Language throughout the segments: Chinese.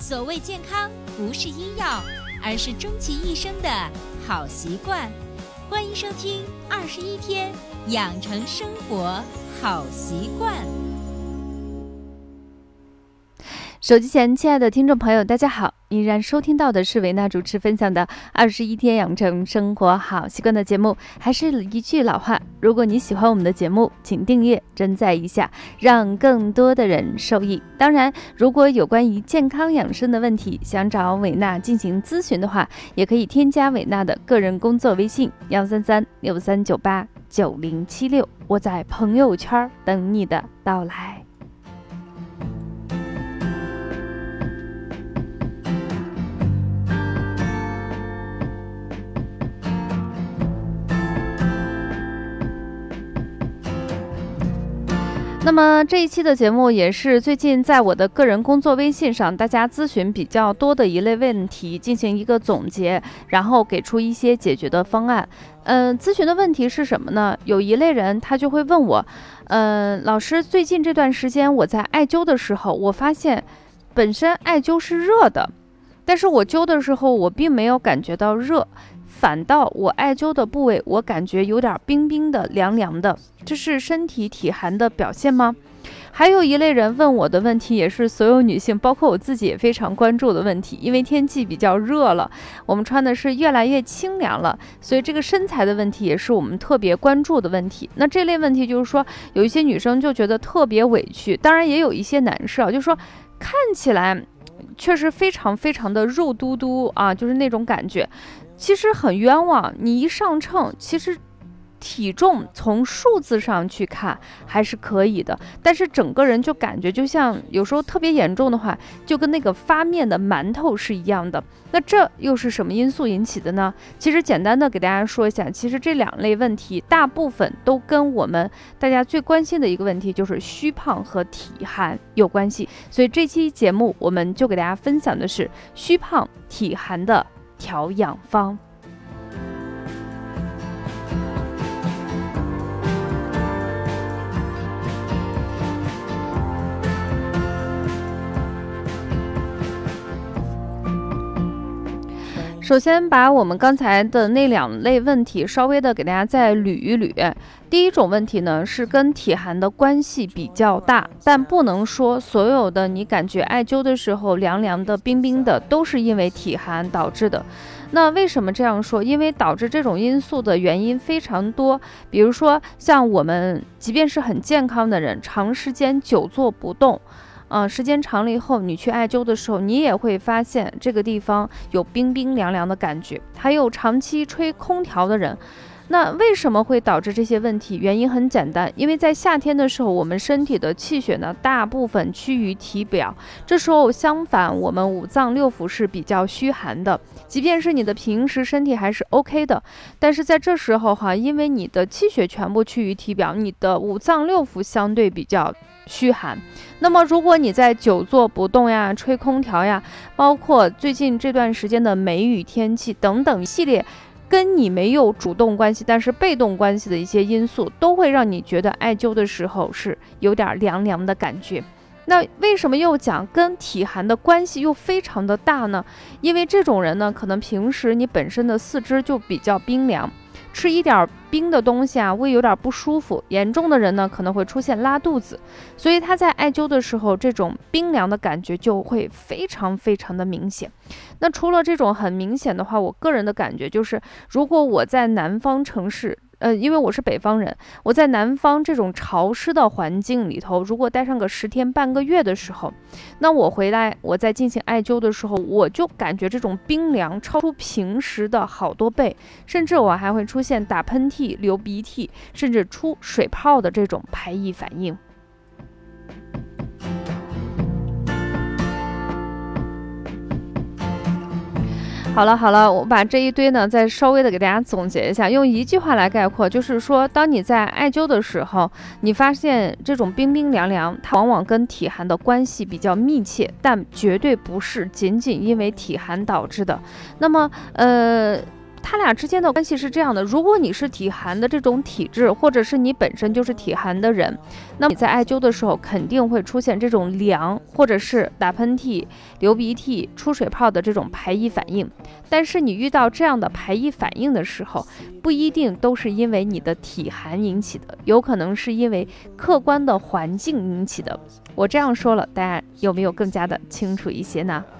所谓健康，不是医药，而是终其一生的好习惯。欢迎收听21天养成生活好习惯。 手机前亲爱的听众朋友大家好，依然收听到的是维娜主持分享的21天养成生活好习惯的节目。还是一句老话，如果你喜欢我们的节目，请订阅点赞一下，让更多的人受益。当然如果有关于健康养生的问题想找维娜进行咨询的话，也可以添加维娜的个人工作微信13363989076，我在朋友圈等你的到来。那么这一期的节目也是最近在我的个人工作微信上大家咨询比较多的一类问题进行一个总结，然后给出一些解决的方案。咨询的问题是什么呢？有一类人他就会问我，老师，最近这段时间我在艾灸的时候，我发现本身艾灸是热的，但是我灸的时候我并没有感觉到热，反倒我艾灸的部位我感觉有点冰冰的凉凉的，这是身体体寒的表现吗？还有一类人问我的问题，也是所有女性包括我自己也非常关注的问题，因为天气比较热了，我们穿的是越来越清凉了，所以这个身材的问题也是我们特别关注的问题。那这类问题就是说有一些女生就觉得特别委屈，当然也有一些男士就是说看起来确实非常非常的肉嘟嘟啊，就是那种感觉，其实很冤枉。你一上秤，其实体重从数字上去看还是可以的，但是整个人就感觉就像有时候特别严重的话，就跟那个发面的馒头是一样的。那这又是什么因素引起的呢？其实简单的给大家说一下，其实这两类问题大部分都跟我们大家最关心的一个问题，就是虚胖和体寒有关系。所以这期节目我们就给大家分享的是虚胖体寒的调养方。首先把我们刚才的那两类问题稍微的给大家再捋一捋。第一种问题呢是跟体寒的关系比较大，但不能说所有的你感觉艾灸的时候凉凉的冰冰的都是因为体寒导致的。那为什么这样说？因为导致这种因素的原因非常多，比如说像我们即便是很健康的人，长时间久坐不动时间长了以后，你去艾灸的时候，你也会发现这个地方有冰冰凉凉的感觉。还有长期吹空调的人，那为什么会导致这些问题？原因很简单，因为在夏天的时候，我们身体的气血呢，大部分趋于体表，这时候相反，我们五脏六腑是比较虚寒的。即便是你的平时身体还是 OK 的，但是在这时候因为你的气血全部趋于体表，你的五脏六腑相对比较虚寒。那么如果你在久坐不动呀、吹空调呀，包括最近这段时间的梅雨天气等等一系列跟你没有主动关系但是被动关系的一些因素，都会让你觉得艾灸的时候是有点凉凉的感觉。那为什么又讲跟体寒的关系又非常的大呢？因为这种人呢，可能平时你本身的四肢就比较冰凉，吃一点冰的东西胃有点不舒服，严重的人呢可能会出现拉肚子，所以他在艾灸的时候这种冰凉的感觉就会非常非常的明显。那除了这种很明显的话，我个人的感觉就是，如果我在南方城市因为我是北方人，我在南方这种潮湿的环境里头，如果待上个10天半个月的时候，那我回来我在进行艾灸的时候，我就感觉这种冰凉超出平时的好多倍，甚至我还会出现打喷嚏、流鼻涕，甚至出水泡的这种排异反应。好了，我把这一堆呢再稍微的给大家总结一下，用一句话来概括，就是说当你在艾灸的时候，你发现这种冰冰凉凉，它往往跟体寒的关系比较密切，但绝对不是仅仅因为体寒导致的。那么他俩之间的关系是这样的，如果你是体寒的这种体质，或者是你本身就是体寒的人，那么你在艾灸的时候肯定会出现这种凉，或者是打喷嚏、流鼻涕、出水泡的这种排异反应。但是你遇到这样的排异反应的时候，不一定都是因为你的体寒引起的，有可能是因为客观的环境引起的。我这样说了，大家有没有更加的清楚一些呢？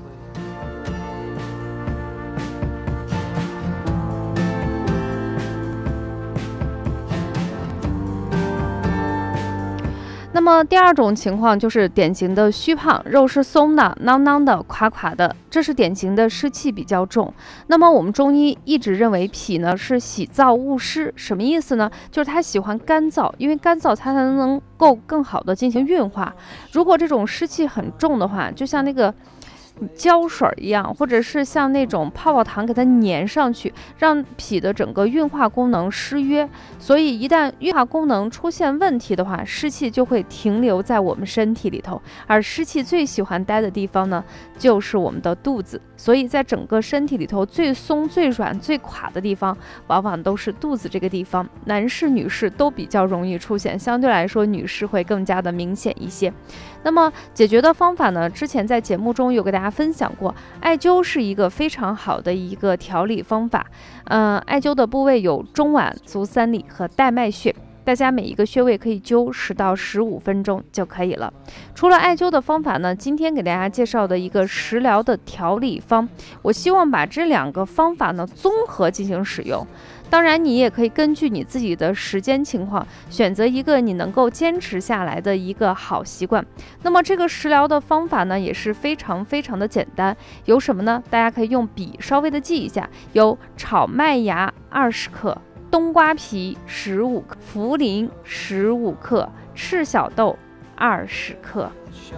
那么第二种情况就是典型的虚胖，肉是松的、囊囊的、垮垮的，这是典型的湿气比较重。那么我们中医一直认为脾呢是喜燥恶湿，什么意思呢？就是它喜欢干燥，因为干燥它才能够更好的进行运化。如果这种湿气很重的话，就像那个胶水一样，或者是像那种泡泡糖给它粘上去，让脾的整个运化功能失约。所以一旦运化功能出现问题的话，湿气就会停留在我们身体里头，而湿气最喜欢待的地方呢，就是我们的肚子。所以在整个身体里头最松、最软、最垮的地方，往往都是肚子这个地方。男士、女士都比较容易出现，相对来说女士会更加的明显一些。那么解决的方法呢，之前在节目中有给大家分享过，艾灸是一个非常好的一个调理方法。艾灸的部位有中脘、足三里和带脉穴，大家每一个穴位可以灸10到15分钟就可以了。除了艾灸的方法呢，今天给大家介绍的一个食疗的调理方，我希望把这2个方法呢综合进行使用。当然你也可以根据你自己的时间情况，选择一个你能够坚持下来的一个好习惯。那么这个食疗的方法呢，也是非常非常的简单。有什么呢？大家可以用笔稍微的记一下，有炒麦芽20克，冬瓜皮15克，茯苓15克，赤小豆20克。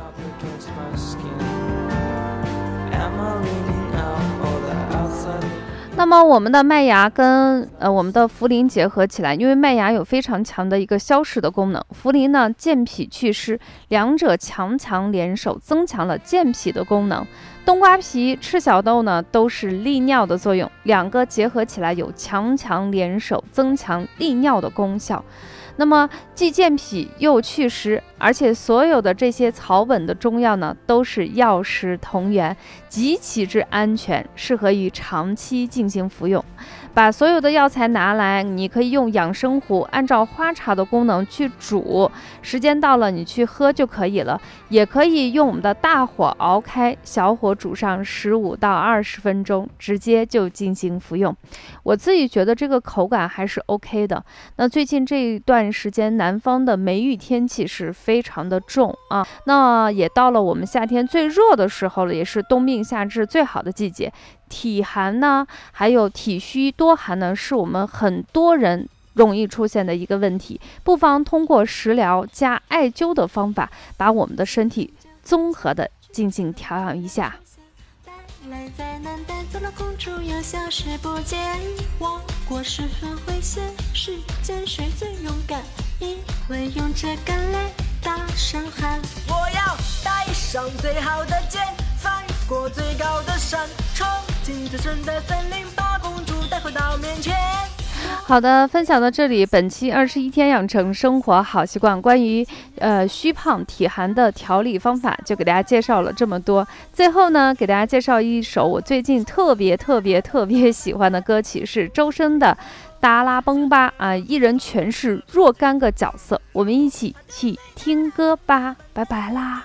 那么我们的麦芽跟我们的茯苓结合起来，因为麦芽有非常强的一个消食的功能，茯苓呢健脾祛湿，两者强强联手，增强了健脾的功能。冬瓜皮、赤小豆呢都是利尿的作用，两个结合起来有强强联手，增强利尿的功效。那么既健脾又祛湿，而且所有的这些草本的中药呢，都是药食同源，极其之安全，适合于长期进行服用。把所有的药材拿来，你可以用养生壶按照花茶的功能去煮，时间到了你去喝就可以了。也可以用我们的大火熬开，小火煮上15到20分钟，直接就进行服用。我自己觉得这个口感还是 OK 的。那最近这一段时间南方的梅雨天气是非常的重啊，那也到了我们夏天最热的时候了，也是冬病夏治最好的季节。体寒呢，还有体虚多寒呢，是我们很多人容易出现的一个问题，不妨通过食疗加艾灸的方法，把我们的身体综合的进行调养一下。 来在南带走了公主又消失不见，我国十分危险，世间谁最勇敢？因为用这个来大声喊， 我要带上最好的剑，翻过最高的山，冲进最深的森林，把公主带回到面前。 好的，分享到这里，本期21天养成生活好习惯关于虚胖体寒的调理方法就给大家介绍了这么多。最后呢，给大家介绍一首我最近特别喜欢的歌曲，是周深的达拉崩吧啊，一人诠释若干个角色，我们一起去听歌吧，拜拜啦。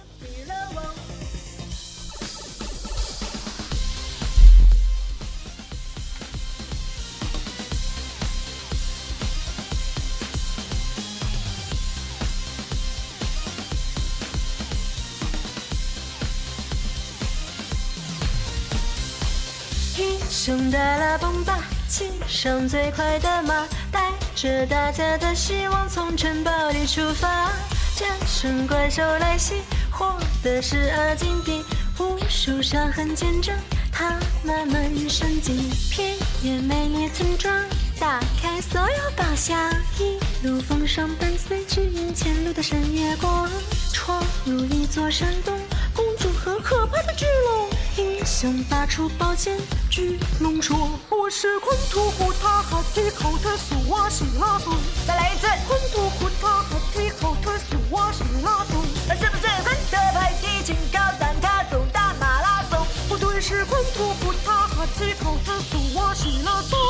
英雄的拉崩吧，骑上最快的马，带着大家的希望从城堡里出发，战胜怪兽来袭，获得12金币，无数伤痕见证他慢慢升级，遍野美丽村庄，打开所有宝箱，一路风霜伴随，指引前路的闪月光，闯入一座山洞，公主和可怕的巨龙。 想拔出宝剑巨龙说， 我是昆图呼塔哈提考特苏瓦西拉松。 再来一次， 昆图呼塔哈提考特苏瓦西拉松。 是不是昆特派地勤高蛋卡走大马拉松？ 不对，是昆图呼塔哈提考特苏瓦西拉松。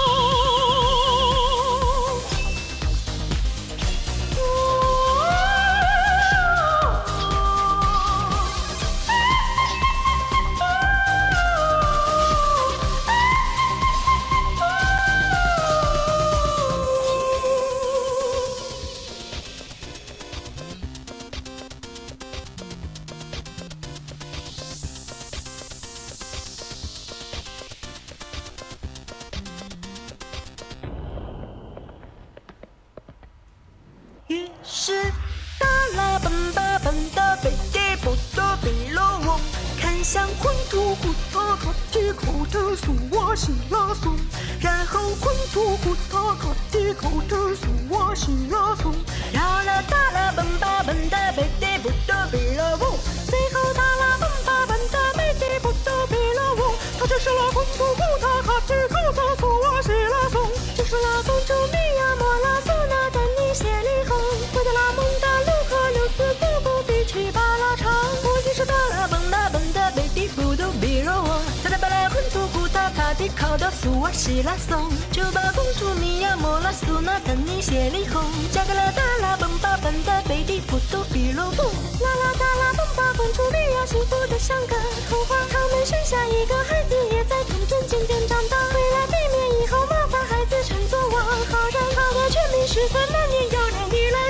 于是达拉奔巴奔的贝蒂布多比罗翁，看向昆图呼塔哈提考特苏瓦西拉松。 然后昆图呼塔哈提考特苏瓦西拉松。 绕了达拉奔巴奔的贝蒂布多比罗翁， 最后达拉奔巴奔的贝蒂布多比罗翁，他就是了昆图呼塔哈提考特苏瓦西拉松， 就是了公主米娅莫拉索纳丹尼谢里亨，回到了蒙达卢和留斯布布比奇巴拉城。我就是达拉奔巴奔的贝蒂布多比罗翁，他在巴拉昆图呼塔哈提考特苏瓦西拉松，就把公主米娅莫拉索纳丹尼谢里亨嫁给了达拉奔巴奔的贝蒂布多比罗翁。啦啦达拉奔巴公主米娅幸福的像个童话，他们生下一个孩子，也在童真渐渐长大。为了避免以后麻烦孩子称作我好人，他的全名是芬兰年有人依赖